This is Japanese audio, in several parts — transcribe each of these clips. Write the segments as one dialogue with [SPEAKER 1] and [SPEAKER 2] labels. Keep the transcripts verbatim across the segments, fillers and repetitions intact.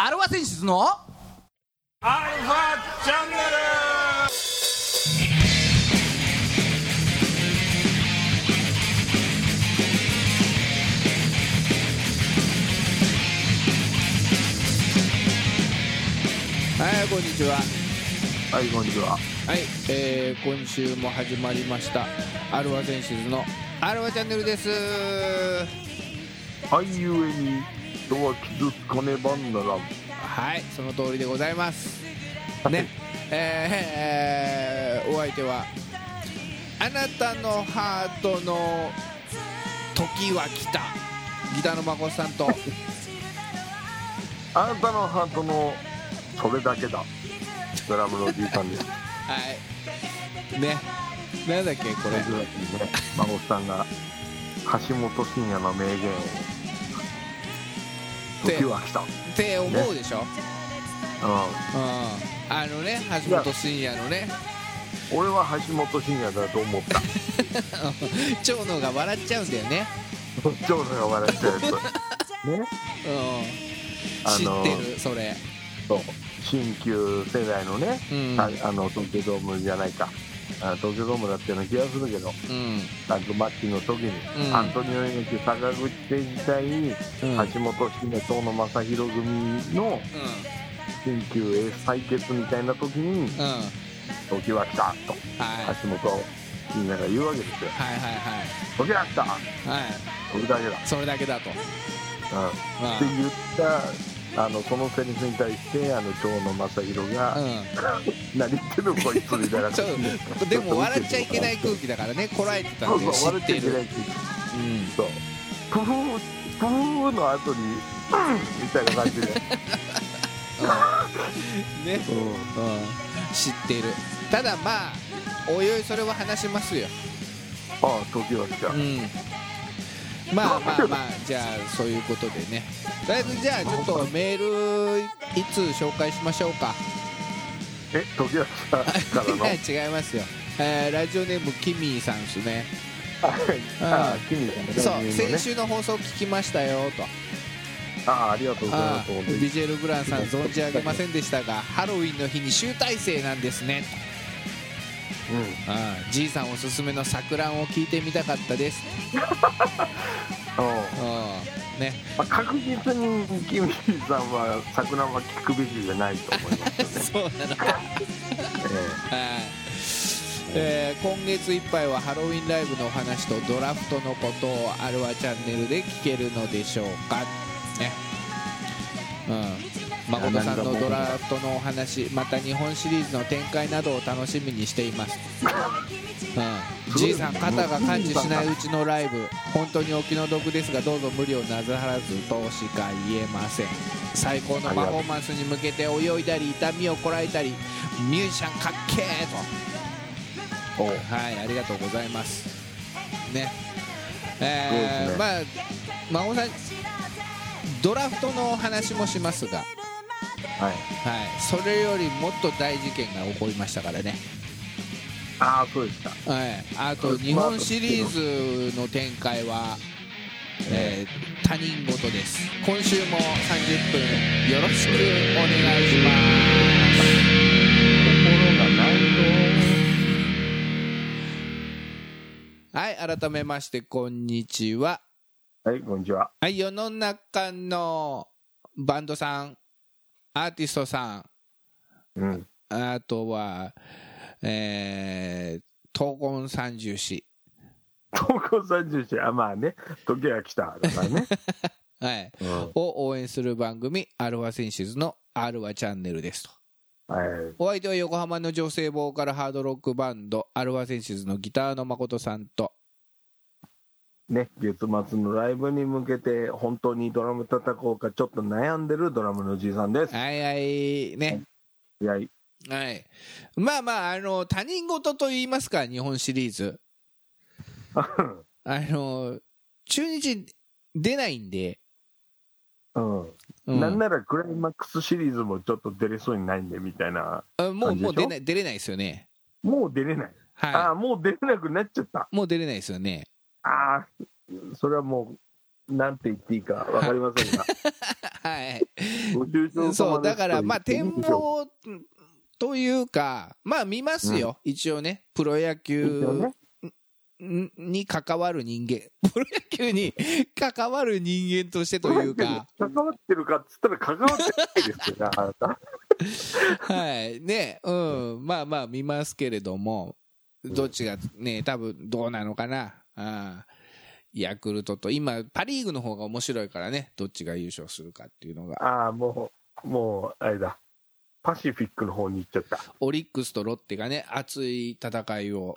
[SPEAKER 1] アルファ選出の
[SPEAKER 2] アルファチャンネル。
[SPEAKER 3] はい、こんにちは。
[SPEAKER 4] はい、こんにちは。
[SPEAKER 3] はい、えー、今週も始まりましたアルファセンシズのアルファチャンネルです。
[SPEAKER 4] はい、ゆえに人は傷つかねばならん。
[SPEAKER 3] はい、その通りでございますね。えー、えー、お相手はあなたのハートの時は来たギターのまこさんと
[SPEAKER 4] あなたのハートのそれだけだドラムのじいさんです。
[SPEAKER 3] はいね、なんだっけこれ、
[SPEAKER 4] ね、孫さんが橋本真也の名言を時は来た
[SPEAKER 3] って思うでしょ、ね、うん、うん、あのね、橋本真也のね、
[SPEAKER 4] 俺は橋本真也だと思った
[SPEAKER 3] 長野が笑っちゃうんだよね
[SPEAKER 4] 長野が笑っちゃうやつね、
[SPEAKER 3] うん、
[SPEAKER 4] あの
[SPEAKER 3] 知ってるそれ。
[SPEAKER 4] そう、新旧世代のね、うん、ああの東京ドームじゃないか、あ東京ドームだったような気がするけど、うん、タッグマッチの時に、うん、アントニオ猪木、坂口誠二対、うん、橋本真也、遠野正宏組の新旧エース対決みたいな時に、うん、時は来たと、はい、橋本真也が言うわけですよ。
[SPEAKER 3] はいはいはい、
[SPEAKER 4] 時は来た、はい、それだけだ
[SPEAKER 3] それだけだと、うん、
[SPEAKER 4] って言ったあのそのセリフに対してあの長野正宏が、うん、何言ってんのこいつみたいな
[SPEAKER 3] でも笑っちゃいけない空気だからね、こらえてたんで知ってる。そうそう、笑っちゃいけない空気、うん、そう、
[SPEAKER 4] プフープフーの後にみたいな感じで、うん、ね、
[SPEAKER 3] うんうん、知ってる。ただまあおいおいそれは話しますよ。
[SPEAKER 4] ああ、時は来た、うん、
[SPEAKER 3] まあまあまあ、じゃあそういうことでね、とりあえずじゃあちょっとメールいつ紹介しましょうか。
[SPEAKER 4] え、時は来たからの
[SPEAKER 3] 違いますよ、えー、ラジオネームキミーさんですね。
[SPEAKER 4] ああ、キミーさん、
[SPEAKER 3] そう、先週の放送聞きましたよと。
[SPEAKER 4] ああ、ありがとうございます。
[SPEAKER 3] ビジェル・ブランさん存じ上げませんでしたがハロウィンの日に集大成なんですね。うん、ああ、じいさんおすすめのさくらんを聞いてみたかったですね、
[SPEAKER 4] まあ、確実にキミーさんはさくらんは聞くべきじゃないと思いますよね
[SPEAKER 3] そうなのか、えーえー、今月いっぱいはハロウィンライブのお話とドラフトのことをアルワチャンネルで聞けるのでしょうかね。うん、誠さんのドラフトのお話、また日本シリーズの展開などを楽しみにしています、うん、じいさん肩が感知しないうちのライブ本当にお気の毒ですがどうぞ無理をなさらずとしか言えません。最高のパフォーマンスに向けて泳いだり痛みをこらえたりミュージシャンかっけーと、はい、ありがとうございますね。えー、ね、まあ孫さんドラフトの話もしますが、はい、はい、それよりもっと大事件が起こりましたからね。
[SPEAKER 4] ああ、そうですか。
[SPEAKER 3] はい、あと日本シリーズの展開は、えー、他人事です。今週もさんじゅっぷんよろしくお願いします。
[SPEAKER 4] 心がない
[SPEAKER 3] とはい、改めましてこんにちは。
[SPEAKER 4] はい、こんにちは。
[SPEAKER 3] はい、世の中のバンドさん、アーティストさん、うん、あとは、えー、闘魂三重士。
[SPEAKER 4] 闘魂三重士、あ、まあね、時が来ただからね。
[SPEAKER 3] はい、うん、を応援する番組、アルファセンシズのアルファチャンネルですと。はい、お相手は横浜の女性ボーカルハードロックバンド、アルファセンシズのギターの誠さんと、
[SPEAKER 4] ね、月末のライブに向けて本当にドラム叩こうかちょっと悩んでるドラムのじいさんです。
[SPEAKER 3] はいはいね、
[SPEAKER 4] はい、
[SPEAKER 3] はい、まあまあ、あの他人事と言いますか、日本シリーズあの中日出ないんで、
[SPEAKER 4] うんうん、なんならクライマックスシリーズもちょっと出れそうにないんでみたいな感じでしょ。
[SPEAKER 3] もう、もう出ない、出れないですよね。
[SPEAKER 4] もう出れない、はい、ああ、もう出れなくなっちゃった。
[SPEAKER 3] もう出れないですよね。
[SPEAKER 4] ああ、それはもうなんて言っていいか分かりませんが、
[SPEAKER 3] はい、 そうだからまあ展望というかまあ見ますよ、うん、一応ねプロ野球に関わる人間プロ野球に関わる人間としてというか
[SPEAKER 4] 関わってるかっつったら関わってないですよねあなた
[SPEAKER 3] はいねうんまあまあ見ますけれどもどっちがね多分どうなのかなあヤクルトと今パ・リーグの方が面白いからねどっちが優勝するかっていうのが
[SPEAKER 4] ああもうもうあれだパシフィックの方に行っちゃった
[SPEAKER 3] オリックスとロッテがね熱い戦いを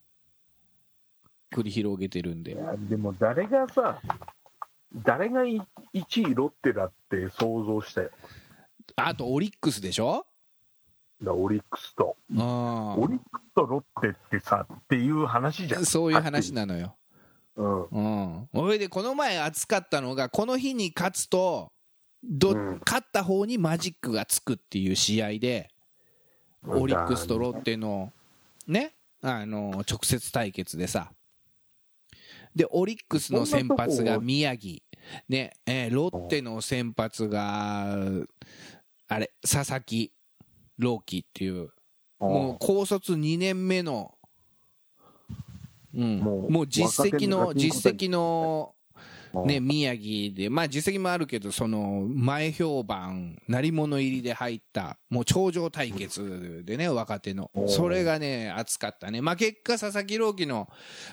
[SPEAKER 3] 繰り広げてるんで。い
[SPEAKER 4] やでも誰がさ誰がいちいロッテだって想像したよ。
[SPEAKER 3] あとオリックスでしょ
[SPEAKER 4] だオリックスと
[SPEAKER 3] あ
[SPEAKER 4] オリックスとロッテってさっていう話じゃん。
[SPEAKER 3] そういう話なのよ。
[SPEAKER 4] うん
[SPEAKER 3] うん、それでこの前熱かったのがこの日に勝つとど、うん、勝った方にマジックがつくっていう試合でオリックスとロッテのねあの直接対決でさでオリックスの先発が宮城ねえー、ロッテの先発があれ佐々木朗希っていうもう高卒にねんめのうん、もう、もう実績の実績の、ね、宮城でまあ実績もあるけどその前評判鳴り物入りで入ったもう頂上対決でね若手のそれがね熱かったね。まあ結果佐々木朗希の、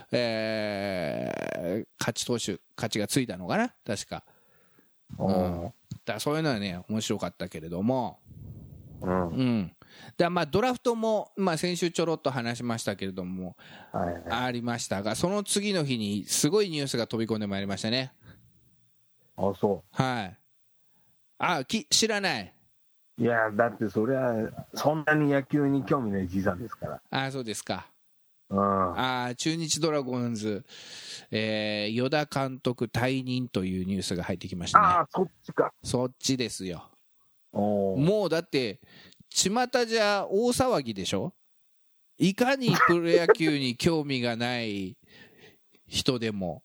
[SPEAKER 3] えー、勝ち投手勝ちがついたのかな確か、うん、だそういうのはね面白かったけれども、うん、うんだまあドラフトも、まあ、先週ちょろっと話しましたけれども、はいはい、ありましたがその次の日にすごいニュースが飛び込んでまいりましたね。
[SPEAKER 4] あそう
[SPEAKER 3] はいあき知らない。
[SPEAKER 4] いやだってそれはそんなに野球に興味ないじいさんですから。
[SPEAKER 3] あそうですか。
[SPEAKER 4] うん、
[SPEAKER 3] あ中日ドラゴンズ、えー、与田監督退任というニュースが入ってきましたね。
[SPEAKER 4] あそっちか。
[SPEAKER 3] そっちですよ。
[SPEAKER 4] お
[SPEAKER 3] もうだって巷じゃ大騒ぎでしょ。いかにプロ野球に興味がない人でも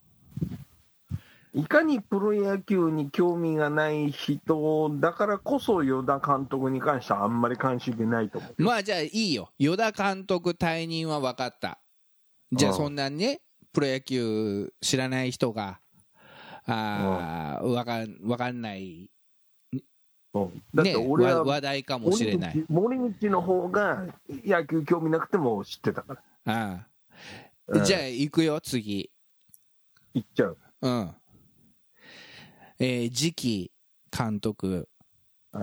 [SPEAKER 4] いかにプロ野球に興味がない人だからこそ与田監督に関してはあんまり関心ないと思う。
[SPEAKER 3] まあじゃあいいよ与田監督退任は分かった。じゃあそんなにねプロ野球知らない人があ分かん、分かんない
[SPEAKER 4] うん、だって俺は、
[SPEAKER 3] ね、話題かもしれない。
[SPEAKER 4] 森口の方が野球興味なくても知ってたから。
[SPEAKER 3] ああ、うん、じゃあ行くよ次。
[SPEAKER 4] 行っちゃう。
[SPEAKER 3] うん。えー、次期監督。
[SPEAKER 4] はい。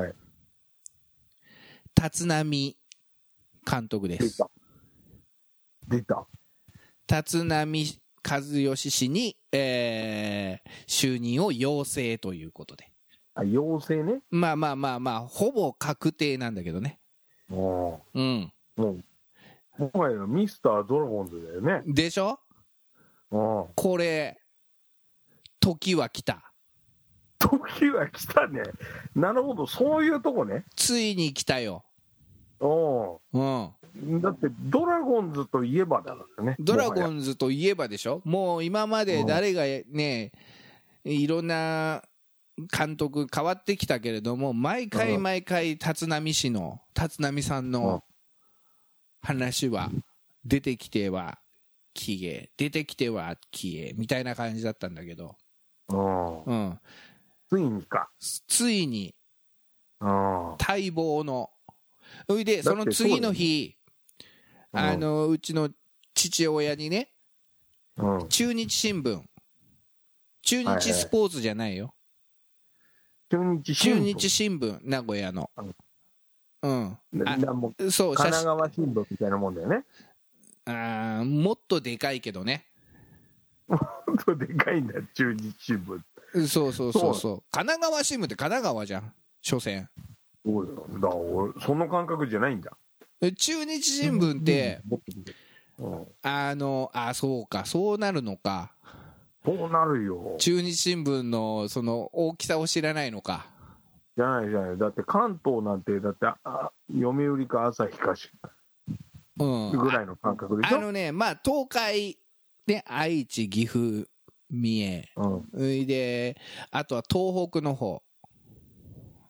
[SPEAKER 3] 立浪監督です。
[SPEAKER 4] 出た。
[SPEAKER 3] 出た。立浪和義氏に、えー、就任を要請ということで。
[SPEAKER 4] あ要請ね。
[SPEAKER 3] まあまあまあまあほぼ確定なんだけどね。
[SPEAKER 4] お
[SPEAKER 3] うん
[SPEAKER 4] もうもはやミスタードラゴンズだよね。
[SPEAKER 3] でしょ。これ時は来た。
[SPEAKER 4] 時は来たね。なるほどそういうとこね。
[SPEAKER 3] ついに来たよ。
[SPEAKER 4] おうん、だってドラゴンズといえばだからね。
[SPEAKER 3] ドラゴンズといえばでしょ。もう今まで誰がねいろんな監督変わってきたけれども毎回毎回立浪氏の立浪さんの話は出てきては消え出てきては消えみたいな感じだったんだけど、うん、
[SPEAKER 4] ついにか
[SPEAKER 3] ついに待望のそれでその次の日あのうちの父親にね中日新聞中日スポーツじゃないよ
[SPEAKER 4] 中日新聞、
[SPEAKER 3] 中日新聞名古屋の、うん、あ
[SPEAKER 4] そう神奈川新聞みたいなもんだよね。
[SPEAKER 3] あもっとでかいけどね。
[SPEAKER 4] もっとでかいんだ中日新聞。
[SPEAKER 3] そうそうそうそう神奈川新聞って神奈川じゃん所詮。
[SPEAKER 4] そうだ俺その感覚じゃないんだ。
[SPEAKER 3] 中日新聞って、
[SPEAKER 4] うん、
[SPEAKER 3] あのあそうかそうなるのか。
[SPEAKER 4] そうなるよ。
[SPEAKER 3] 中日新聞のその大きさを知らないのか。
[SPEAKER 4] じゃないじゃない。だって関東なんてだってあ読売か朝日かし、うん、ぐらいの感覚でしょ。
[SPEAKER 3] あのねまあ東海で愛知岐阜三重、うん、であとは東北の方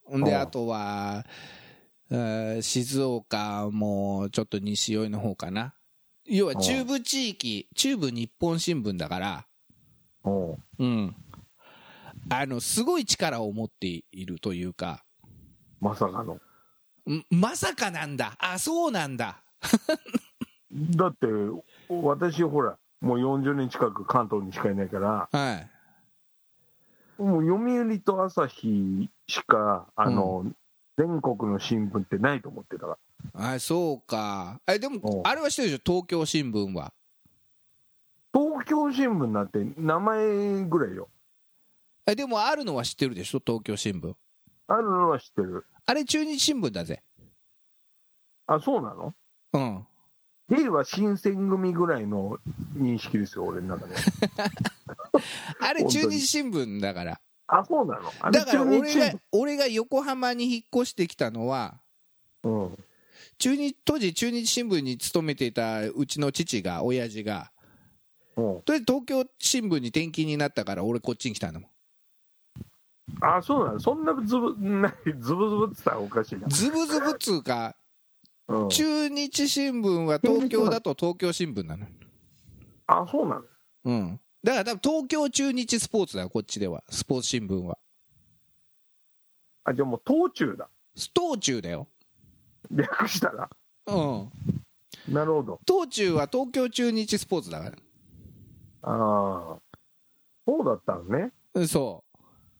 [SPEAKER 3] うん、であとは静岡もちょっと西寄りの方かな。要は中部地域、中部日本新聞だから、うん、あのすごい力を持っているというか。
[SPEAKER 4] まさかの。
[SPEAKER 3] まさかなんだ。あ、そうなんだ。
[SPEAKER 4] だって私ほらもうよんじゅうねん近く関東にしかいないから、
[SPEAKER 3] はい、
[SPEAKER 4] もう読売と朝日しかあの、うん、全国の新聞ってないと思ってたから。
[SPEAKER 3] あ、そうか。えでもあれは知ってるでしょ、東京新聞は。
[SPEAKER 4] 東京新聞なんて名前ぐらいよ。
[SPEAKER 3] えでもあるのは知ってるでしょ、東京新聞。
[SPEAKER 4] あるのは知ってる。
[SPEAKER 3] あれ中日新聞だぜ。
[SPEAKER 4] あ、そうなの？
[SPEAKER 3] うん。
[SPEAKER 4] 令和新選組ぐらいの認識ですよ、俺の中で。
[SPEAKER 3] あれ中日新聞だから。
[SPEAKER 4] あ、そうなの？あれ
[SPEAKER 3] だから俺が俺が横浜に引っ越してきたのは、うん、中日当時中日新聞に勤めていたうちの父が親父が、うん、とりあえず東京新聞に転勤になったから俺こっちに来たんだもん。
[SPEAKER 4] あ、そうなの？そんなズブなズブズブって言ったらおかしいな。
[SPEAKER 3] ズブズブっつうか、うん、中日新聞は東京だと東京新聞なの。
[SPEAKER 4] あ、そうなの？
[SPEAKER 3] うん。だから多分東京中日スポーツだよ、こっちでは。スポーツ新聞は。
[SPEAKER 4] あ、じゃあもう東中だ。
[SPEAKER 3] 東中だよ。
[SPEAKER 4] 略したら。
[SPEAKER 3] うん。
[SPEAKER 4] なるほど。
[SPEAKER 3] 東中は東京中日スポーツだから。
[SPEAKER 4] ああ、そうだったのね。
[SPEAKER 3] そう。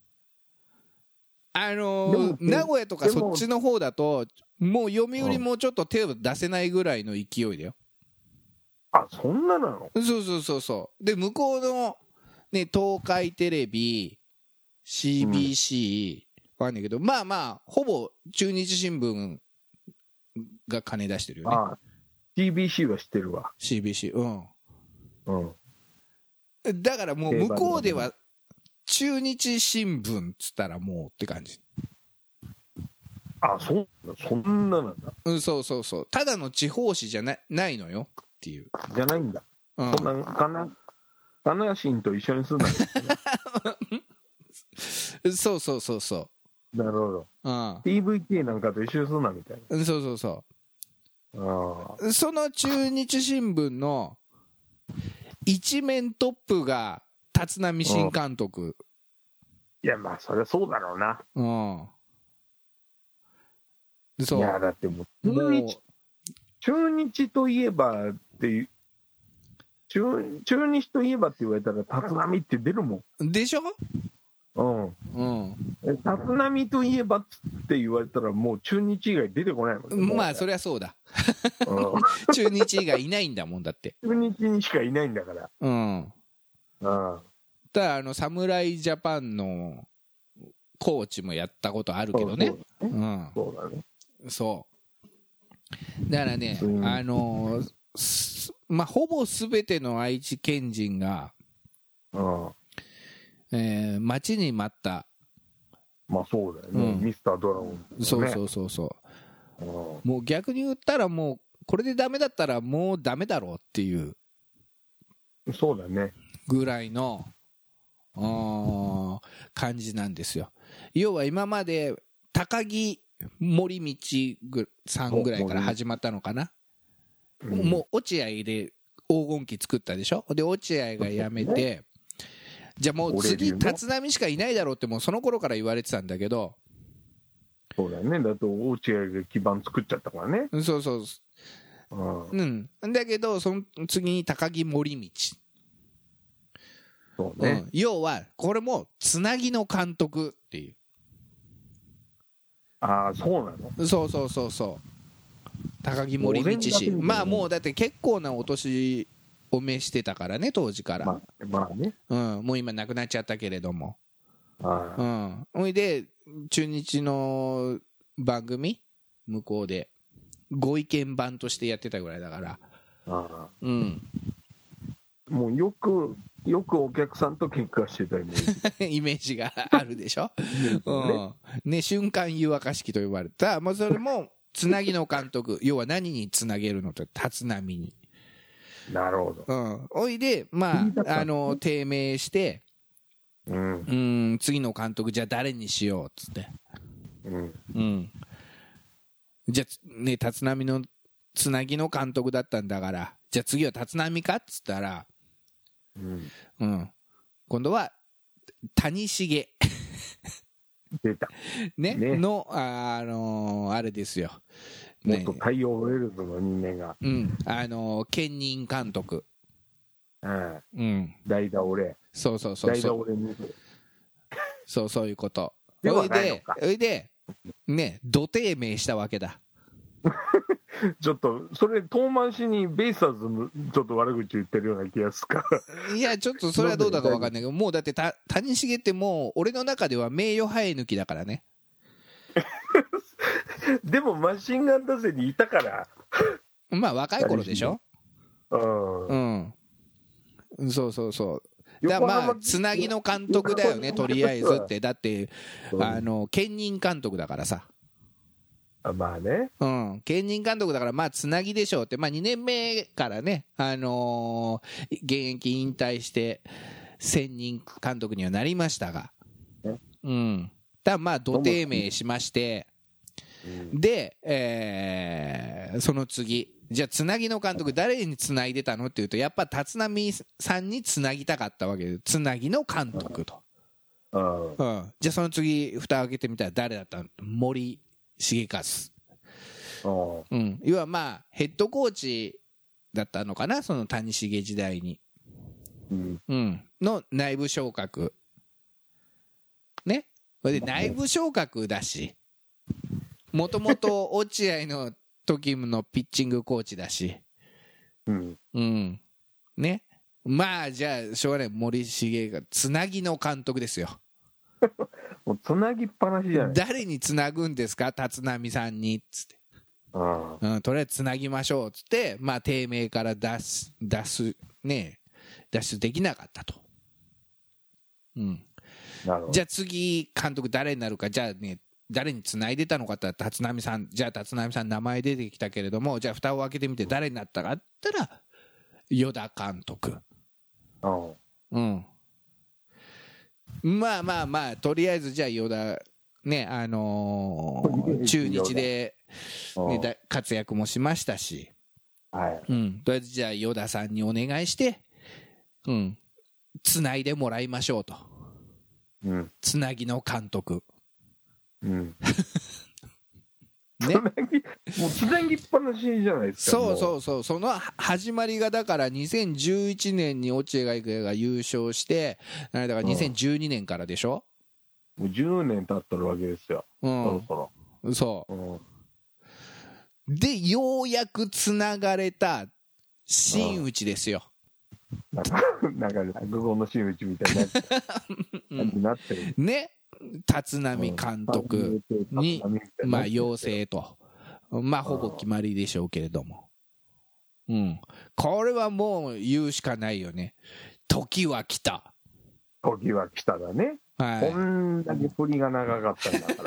[SPEAKER 3] あのー、名古屋とかそっちの方だともう読売もちょっと手を出せないぐらいの勢いだよ。
[SPEAKER 4] あ、そんななの？
[SPEAKER 3] そうそうそうそう。で向こうの、ね、東海テレビ シービーシー、うん、わかんないけど、まあまあほぼ中日新聞が金出してるよね。ああ、
[SPEAKER 4] シービーシー は知ってるわ。
[SPEAKER 3] シービーシー、うん、
[SPEAKER 4] うん、
[SPEAKER 3] だからもう向こうでは中日新聞っつったらもうって感じ。
[SPEAKER 4] あ、そそんななんだ。
[SPEAKER 3] うん、そうそうそう。ただの地方紙じゃなないのよっていう。
[SPEAKER 4] じゃないんだ。うん、そんなかなかなしんと一緒に住んだんですね。
[SPEAKER 3] そうそうそうそう。
[SPEAKER 4] なるほど。うん。ティーブイケー なんかと一緒に住んだみたいな。
[SPEAKER 3] そうそうそう。ああ。その中日新聞の一面トップが立浪新監督、うん、
[SPEAKER 4] いやまあそりゃそうだろうな。
[SPEAKER 3] うん。そう。
[SPEAKER 4] いやだってもう中日中日といえばっていう中中日といえばって言われたら立浪って出るも
[SPEAKER 3] ん。でしょ？
[SPEAKER 4] うんうん。立浪といえばって言われたらもう中日以外出てこないもんね。
[SPEAKER 3] まあそりゃそうだ。うん、中日以外いないんだもんだって。
[SPEAKER 4] 中日にしかいないんだから。うん。
[SPEAKER 3] ああ。ただあの侍ジャパンのコーチもやったことあるけどね。
[SPEAKER 4] そうだね。うん、そうだね。
[SPEAKER 3] そう。だからね、うん、あのー、まあほぼすべての愛知県人が、うんえー、待ちに待った。
[SPEAKER 4] まあそうだよね。うん、ミスタードラゴン、ね。
[SPEAKER 3] そうそうそうそう。うん、もう逆に言ったらもうこれでダメだったらもうダメだろうっていう。
[SPEAKER 4] そうだね。
[SPEAKER 3] ぐらいの感じなんですよ。要は今まで高木森道さんぐらいから始まったのかな、うん、もう落合で黄金期作ったでしょ。で落合が辞めて、じゃあもう次立浪しかいないだろうってもうその頃から言われてたんだけど。
[SPEAKER 4] そうだよね。だと落合が基盤作っちゃったからね。
[SPEAKER 3] そうそう、うん、うん、だけどその次に高木森道、
[SPEAKER 4] そうね、
[SPEAKER 3] うん、要はこれもつなぎの監督っていう。
[SPEAKER 4] ああそうなの。
[SPEAKER 3] そうそうそうそう。高木森道氏、まあもうだって結構なお年を召してたからね当時から。
[SPEAKER 4] まあ、まあね、
[SPEAKER 3] うん、もう今亡くなっちゃったけれども。
[SPEAKER 4] ああ、
[SPEAKER 3] うん、ほいで中日の番組向こうでご意見番としてやってたぐらいだから。
[SPEAKER 4] ああ、
[SPEAKER 3] うん。
[SPEAKER 4] もうよくよくお客さんと喧嘩してたイメージ
[SPEAKER 3] イメージがあるでしょ、うんね、瞬間湯沸かし器と呼ばれた、まあ、それもつなぎの監督要は何につなげるのと立浪に。
[SPEAKER 4] なるほど、
[SPEAKER 3] うん、おいでまああの低迷して、うん、うん次の監督じゃあ誰にしようっつって、
[SPEAKER 4] うん
[SPEAKER 3] うん、じゃあね立浪のつなぎの監督だったんだから、じゃあ次は立浪かっつったら、
[SPEAKER 4] うん
[SPEAKER 3] うん、今度は谷繁
[SPEAKER 4] 出た、
[SPEAKER 3] ね、
[SPEAKER 4] ね
[SPEAKER 3] の あ, あのー、あれですよ、
[SPEAKER 4] ね、もっと太陽ウェルズの人間が、
[SPEAKER 3] うんあのー、兼任監督、
[SPEAKER 4] うん
[SPEAKER 3] うん、
[SPEAKER 4] 代打俺、
[SPEAKER 3] そうそうそう
[SPEAKER 4] 代打
[SPEAKER 3] そう
[SPEAKER 4] 俺に
[SPEAKER 3] そうそういうこと。
[SPEAKER 4] で
[SPEAKER 3] それで
[SPEAKER 4] はないのか、
[SPEAKER 3] それでね土低迷したわけだ。
[SPEAKER 4] ちょっとそれ遠回しにベイスターズもちょっと悪口言ってるような気がするから
[SPEAKER 3] いやちょっとそれはどうだか分かんないけど、もうだってた谷繁ってもう俺の中では名誉生え抜きだからね
[SPEAKER 4] でもマシンガン打線にいたから
[SPEAKER 3] まあ若い頃でしょ。
[SPEAKER 4] うん
[SPEAKER 3] うんそうそうそうだまあつなぎの監督だよねとりあえずって。だってあの兼任監督だからさ。
[SPEAKER 4] まあね、
[SPEAKER 3] うん、兼任監督だからまあつなぎでしょうって、まあ、にねんめからね、あのー、現役引退して専任監督にはなりましたが、うん、だまあど低迷しまして、うん、で、えー、その次じゃあつなぎの監督誰につないでたのっていうとやっぱ立浪さんにつなぎたかったわけで、つなぎの監督と、うんうん、じゃあその次蓋を開けてみたら誰だったの？森重和、うん、要はまあヘッドコーチだったのかな、その谷繁時代に、うんうん、の内部昇格ね。それで内部昇格だし、もともと落合の時のピッチングコーチだし、うんうん、ね、まあじゃあしょうがない、森重がつなぎの監督ですよ
[SPEAKER 4] もうつなぎっぱなしじゃない。
[SPEAKER 3] 誰につなぐんですか立浪さんにっつって、うん、とりあえずつなぎましょうっつって、まあ低迷から脱す脱すね脱出できなかったと、うん、なるほど。じゃあ次監督誰になるか、じゃあね誰につないでたのかって言ったら立浪さん、じゃあ立浪さん名前出てきたけれども、じゃあ蓋を開けてみて誰になったかって言ったら与田監督、うん、まあまあまあとりあえずじゃあ与田ね、あのー、中日で、ね、活躍もしましたし、はいうん、とりあえずじゃあ与田さんにお願いして、うん、つないでもらいましょうと、うん、つなぎの監督、うんね、
[SPEAKER 4] もうつなぎっぱなしじゃないですか。
[SPEAKER 3] そうそうそう、その始まりがだからにせんじゅういちねんに落合が優勝して、だからにせんじゅうにねんからでしょ、
[SPEAKER 4] うん、もうじゅうねん経ってるわけですよ、うん、そろそろ
[SPEAKER 3] そう、うん、でようやくつながれた真打ちですよ、
[SPEAKER 4] うん、なんか落語の真打ちみたいになってる、
[SPEAKER 3] うん、ね、立浪監督に、まあ、要請と、まあ、ほぼ決まりでしょうけれども、うん、これはもう言うしかないよね。時は来た。
[SPEAKER 4] 時は来ただね。はい、こんだけ振りが長かったんだから。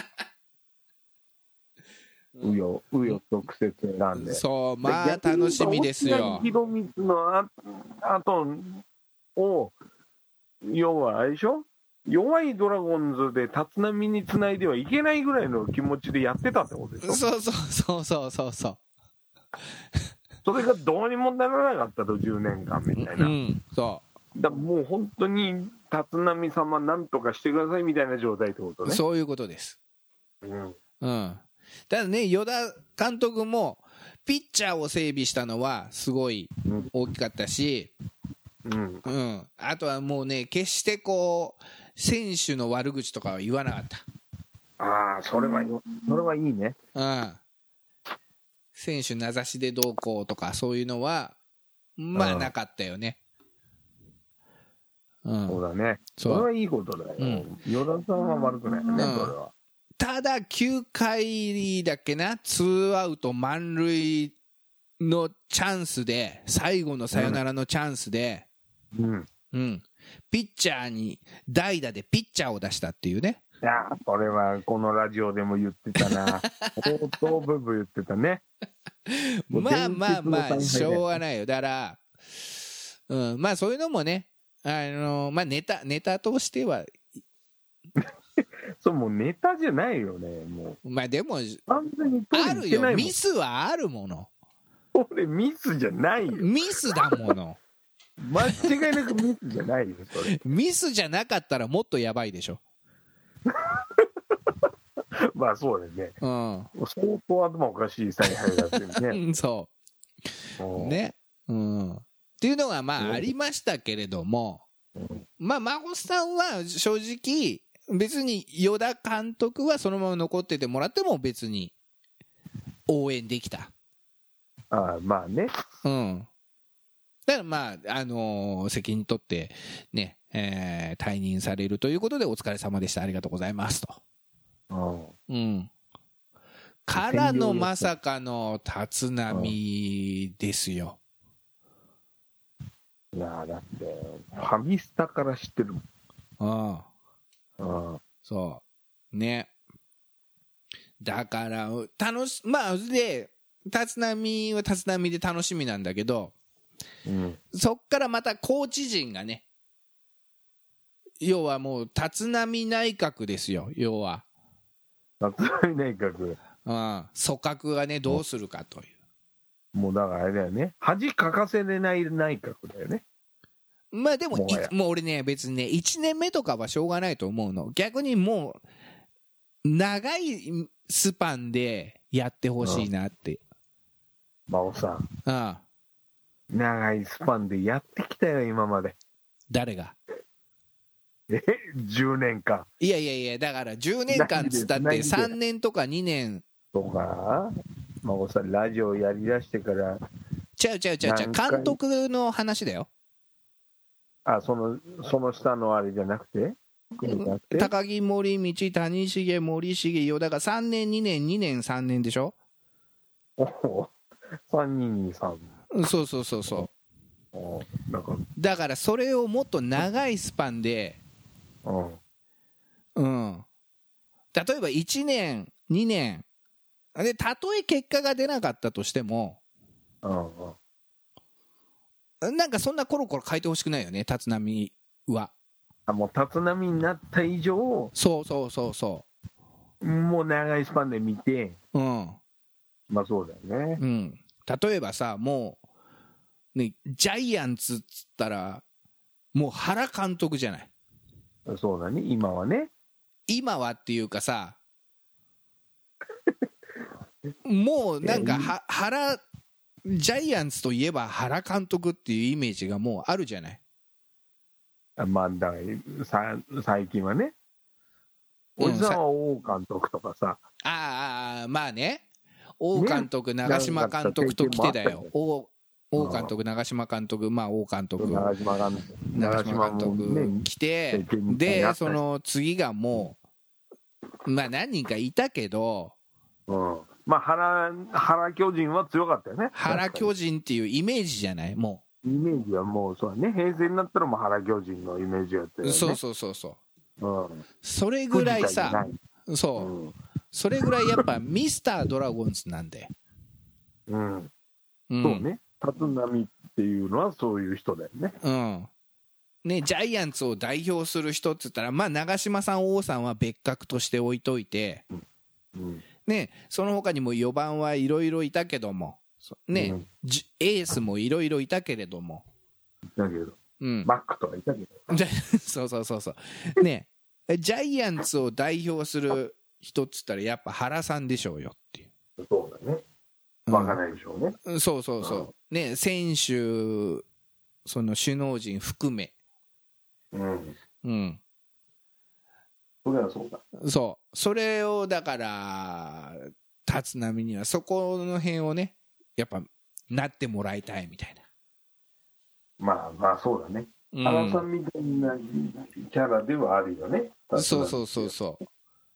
[SPEAKER 4] うよ、うよ特設選んで。
[SPEAKER 3] そう、まあ、楽しみですよ。
[SPEAKER 4] 広光のあとを、要はあれでしょ、弱いドラゴンズで立浪につないではいけないぐらいの気持ちでやってたってことでしょ。
[SPEAKER 3] そうそうそうそうそうそう
[SPEAKER 4] それがどうにもならなかったとじゅうねんかんみたいな、うん、そうだもう本当に立浪様なんとかしてくださいみたいな状態ってことね。
[SPEAKER 3] そういうことです、うんうん、ただね与田監督もピッチャーを整備したのはすごい大きかったし、うんうん、あとはもうね決してこう選手の悪口とかは言わなかった。
[SPEAKER 4] ああ、それはそれはいいね。
[SPEAKER 3] うん。選手名指しでどうこうとかそういうのはまあなかったよね。
[SPEAKER 4] うん、そうだね。それはいいことだよ。うん、与田さんは悪くないよね、うん、それは。
[SPEAKER 3] ただきゅうかいだっけな、ツーアウト満塁のチャンスで、最後のサヨナラのチャンスで、うん、うん、ピッチャーに代打でピッチャーを出したっていうね。
[SPEAKER 4] いやそれはこのラジオでも言ってたな相当ブーブー言ってたね
[SPEAKER 3] まあまあまあしょうがないよ。だから、うん、まあそういうのもね、あのまあネタネタとしては
[SPEAKER 4] それもうネタじゃないよね、もう。
[SPEAKER 3] まあでも
[SPEAKER 4] 完全に取
[SPEAKER 3] あるよ、
[SPEAKER 4] りに行ってないもん。
[SPEAKER 3] ミスはあるもの。
[SPEAKER 4] 俺ミスじゃないよ。
[SPEAKER 3] ミスだもの。
[SPEAKER 4] 間違いなくミスじゃないよ、それ。
[SPEAKER 3] ミスじゃなかったらもっとやばいでしょ。
[SPEAKER 4] まあそうだよね。
[SPEAKER 3] うん。
[SPEAKER 4] 相当頭おかしい采配だってるね。
[SPEAKER 3] そうね、うん、っていうのがまあありましたけれども、まあ孫さんは正直別に与田監督はそのまま残っててもらっても別に応援できた。
[SPEAKER 4] ああまあね、
[SPEAKER 3] うん、だからまああのー、責任取ってね、えー、退任されるということでお疲れ様でした、ありがとうございますと。うん、からのまさかの立浪ですよ。
[SPEAKER 4] いやだってファミスタから知ってるもん。
[SPEAKER 3] あ
[SPEAKER 4] ああ
[SPEAKER 3] そうね。だから楽しまあで立浪は立浪で楽しみなんだけど、うん、そっからまたコーチ陣がね、要はもう立浪内閣ですよ、要は
[SPEAKER 4] 立浪内閣、
[SPEAKER 3] うん、組閣がねどうするかという、
[SPEAKER 4] もうだからあれだよね、恥かかせれない内閣だよね。
[SPEAKER 3] まあでももう、もう俺ね別にねいちねんめとかはしょうがないと思うの。逆にもう長いスパンでやってほしいなって。
[SPEAKER 4] 真央さん、
[SPEAKER 3] ああ
[SPEAKER 4] 長いスパンでやってきたよ今まで。
[SPEAKER 3] 誰が？
[SPEAKER 4] えじゅうねんかん。
[SPEAKER 3] いやいやいや、だからじゅうねんかんつったってさんねんとかにねん
[SPEAKER 4] とか、真央さんラジオやりだしてから
[SPEAKER 3] ちゃうちゃうちゃうちゃう、監督の話だよ。
[SPEAKER 4] あ、そのその下のあれじゃなくて、
[SPEAKER 3] 高木、森道、谷繁、森重、与田がさんねんにねんにねんさんねんでしょ。
[SPEAKER 4] おおさんにんにさん。
[SPEAKER 3] そうそうそうそう。
[SPEAKER 4] おなんか
[SPEAKER 3] だからそれをもっと長いスパンで、うんうん、例えばいちねんにねんでたとえ結果が出なかったとしても、うんうん、なんかそんなコロコロ変えてほしくないよね、立浪は。
[SPEAKER 4] あ、もう立浪になった以上、
[SPEAKER 3] そうそうそうそう、
[SPEAKER 4] もう長いスパンで見て、うん、まあそうだよね、
[SPEAKER 3] うん、例えばさ、もう、ね、ジャイアンツっつったらもう原監督じゃない。
[SPEAKER 4] そうだね、今はね。
[SPEAKER 3] 今はっていうかさもうなんかは原ジャイアンツといえば原監督っていうイメージがもうあるじゃない。
[SPEAKER 4] まあださ最近はね、おじさんは王監督とかさ、
[SPEAKER 3] うん、ああまあね、王監督、ね、長嶋監督と来てだよ。王王監督、長嶋監督、まあ王監督、長嶋監督来て、でその次がもうまあ何人かいたけど、
[SPEAKER 4] うん、まあ原原巨人は強かったよね。
[SPEAKER 3] 原巨人っていうイメージじゃない、も
[SPEAKER 4] うイメージはもうそうね、平成になったらもう原巨人のイメージやったよね。
[SPEAKER 3] そうそうそうそう、うん、それぐらいさ、そう、うん、それぐらいやっぱミスタードラゴンズなんで、
[SPEAKER 4] うん、うん、そうね、立浪っていうのはそういう人だよね。
[SPEAKER 3] うん。ね、ジャイアンツを代表する人っつったら、まあ長嶋さん、王さんは別格として置いといて、うんうん、ね、その他にもよばんはいろいろいたけども、ね、うん、エースもいろいろいたけれども、
[SPEAKER 4] だけど、うん、バックとかいたけど、
[SPEAKER 3] そうそうそうそうね、ジャイアンツを代表する人っつったらやっぱ原さんでしょうよっていう。
[SPEAKER 4] そうだね。わかんないでしょうね。
[SPEAKER 3] うん、そうそうそう。うん、ね、選手、その首脳陣含め。うん。うん。
[SPEAKER 4] それはそうだ。
[SPEAKER 3] そう。それをだから、立浪にはそこの辺をね、やっぱなってもらいたいみたいな。
[SPEAKER 4] まあまあそうだね。うん、原さんみたいなキャラではあるよね。
[SPEAKER 3] そうそうそうそう。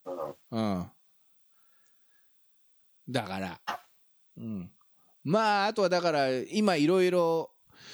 [SPEAKER 3] うん。うん、だから。うん、まああとはだから今いろいろ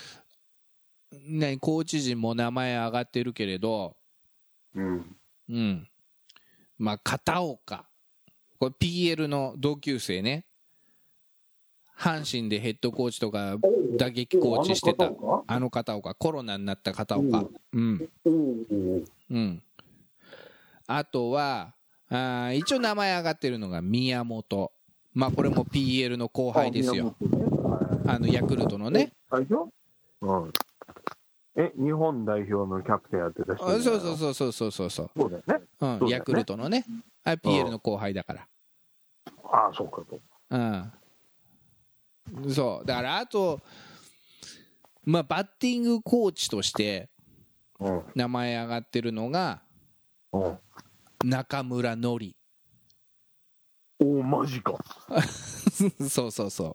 [SPEAKER 3] コーチ陣も名前上がってるけれど、うんうん、まあ片岡、これ ピーエル の同級生ね、阪神でヘッドコーチとか打撃コーチしてたあの片岡、コロナになった片岡、うんうん、あとはあ一応名前上がってるのが宮本、まあこれも ピーエル の後輩ですよ。あのヤクルトのね。
[SPEAKER 4] あれでしょ、うん、え日本代表のキャプテンやってた人。
[SPEAKER 3] そうそうそうそうそうそうそう。
[SPEAKER 4] そうだよね。
[SPEAKER 3] うん、ね、ヤクルトのね。あ ピーエル の後輩だから。
[SPEAKER 4] ああそうかと。
[SPEAKER 3] うん。そうだからあとまあバッティングコーチとして名前上がってるのが、うん、中村のり。
[SPEAKER 4] おおマジか。
[SPEAKER 3] そうそうそう。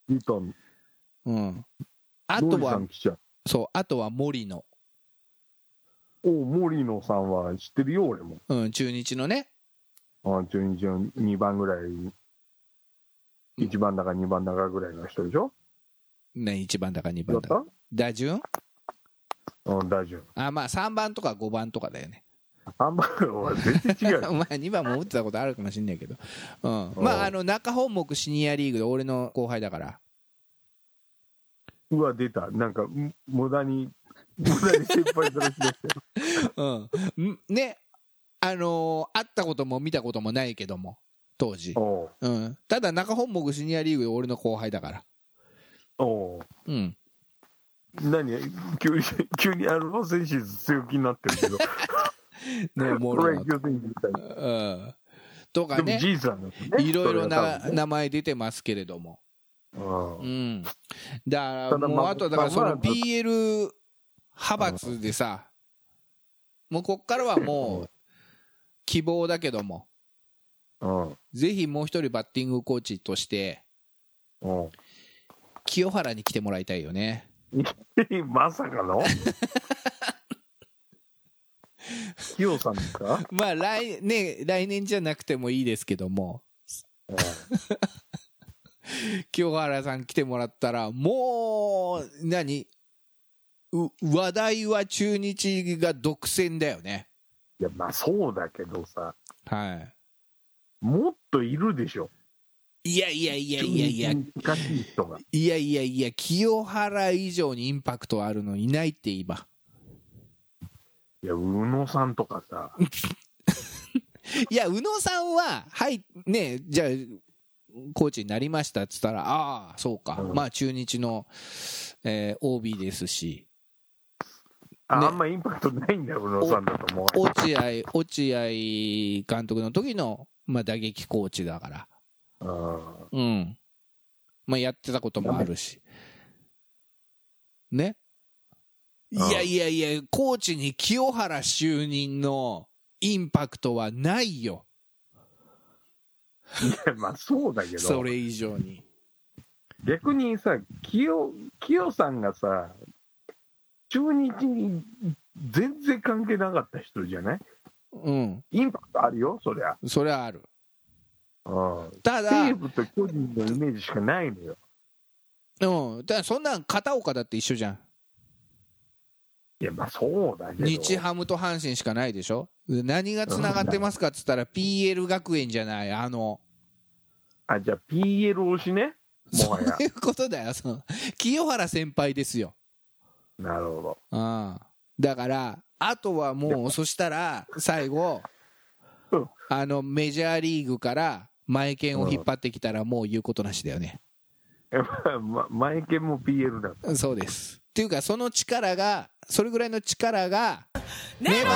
[SPEAKER 4] 見たの。
[SPEAKER 3] うん。あとはそうあとは森野。
[SPEAKER 4] お森野さんは知ってるよ俺も。
[SPEAKER 3] うん中日のね。
[SPEAKER 4] あ中日のにばんぐらい、いちばんだかにばんだかぐらいの人でしょ。
[SPEAKER 3] ねいちばんだかにばんだか。打順？
[SPEAKER 4] うん、打順。
[SPEAKER 3] あまあさんばんとかごばんとかだよね。
[SPEAKER 4] さんばんは全然違う。
[SPEAKER 3] まあにばんも打ってたことあるかもしれないけど、うん、まああの中本木シニアリーグで俺の後輩だから。
[SPEAKER 4] うわ出たなんか無駄に無駄に先輩ずらしでした
[SPEAKER 3] よ。うんねあのー、会ったことも見たこともないけども当時、うん、ただ中本木シニアリーグで俺の後輩だから。
[SPEAKER 4] おう、
[SPEAKER 3] ん、
[SPEAKER 4] 何急に急にアルファ選手強気になってるけど
[SPEAKER 3] ねもううんとかね、いろいろな名前出てますけれども、うん、だからもうあとだからその ピーエル 派閥でさ、もうこっからはもう希望だけども、ぜひもう一人バッティングコーチとして清原に来てもらいたいよね。
[SPEAKER 4] まさかの清さんですか。
[SPEAKER 3] まあ来年来年じゃなくてもいいですけども、清原さん来てもらったらもう何う話題は中日が独占だよね。
[SPEAKER 4] いやまあそうだけどさ、
[SPEAKER 3] はい、
[SPEAKER 4] もっといるでしょ。
[SPEAKER 3] いやいやいやいやいやいやいやいや清原以上にインパクトあるのいないって今。
[SPEAKER 4] いや宇野さんとかさ
[SPEAKER 3] いや宇野さんははいねじゃあコーチになりましたっつったらああそうか、うん、まあ中日の、えー、オービー ですし、
[SPEAKER 4] あ, ね、あんまインパクトないんだよ宇野さんだと思う。
[SPEAKER 3] 落合落合監督の時の、まあ、打撃コーチだから、うん、まあやってたこともあるしね。いやいやいやコーチに清原就任のインパクトはないよ。
[SPEAKER 4] いやまあそうだけど
[SPEAKER 3] それ以上に
[SPEAKER 4] 逆にさ清清さんがさ中日に全然関係なかった人じゃない。
[SPEAKER 3] うん、
[SPEAKER 4] インパクトあるよそりゃ。
[SPEAKER 3] そりゃある。
[SPEAKER 4] うん、
[SPEAKER 3] ただ
[SPEAKER 4] 西武と巨人のイメージしかないのよ。
[SPEAKER 3] うん、だからそんなん片岡だって一緒じゃん。
[SPEAKER 4] いやまあそうだけど
[SPEAKER 3] 日ハムと阪神しかないでしょ。何がつながってますかっつったら ピーエル 学園じゃない。あの
[SPEAKER 4] あじゃあ ピーエル 推しね。もはや
[SPEAKER 3] そういうことだよ。その清原先輩ですよ。
[SPEAKER 4] なるほど。
[SPEAKER 3] うん、だからあとはもうそしたら最後、うん、あのメジャーリーグから前剣を引っ張ってきたらもう言うことなしだよね。
[SPEAKER 4] うん、ま、前剣も ピーエル だった。
[SPEAKER 3] そうです。っていうかその力がそれぐらいの力がネバークライ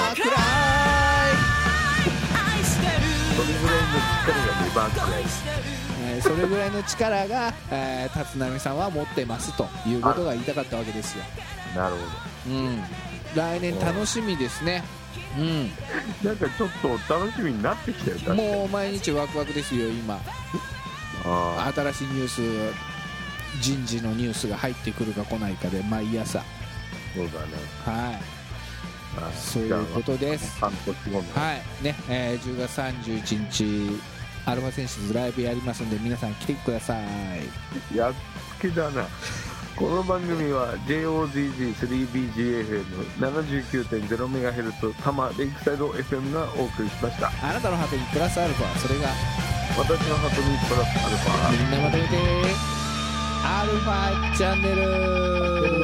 [SPEAKER 4] それぐらいの力がネバークライ、
[SPEAKER 3] えー、それぐらいの力が、えー、立浪さんは持ってますということが言いたかったわけですよ。
[SPEAKER 4] なるほ
[SPEAKER 3] ど、うん、来年楽しみですね。うん、
[SPEAKER 4] なんかちょっと楽しみになってきたよ。
[SPEAKER 3] もう毎日ワクワクですよ今。あ新しいニュース人事のニュースが入ってくるか来ないかで毎朝。
[SPEAKER 4] そうだね。
[SPEAKER 3] はい。そういうことです。はいね、えー、じゅうがつさんじゅういちにちアルファセンシズライブやりますんで皆さん来てください。
[SPEAKER 4] やっつけだな。この番組は ジェイオージージースリービージーエフエムななじゅうきゅうてんゼロメガヘルツ 多摩レイクサイド エフエム がお送りしました。
[SPEAKER 3] あなたのハートにプラスアルファ、それが
[SPEAKER 4] 私のハートにプラスアルファ。
[SPEAKER 3] みんなまとめてアルファチャンネル。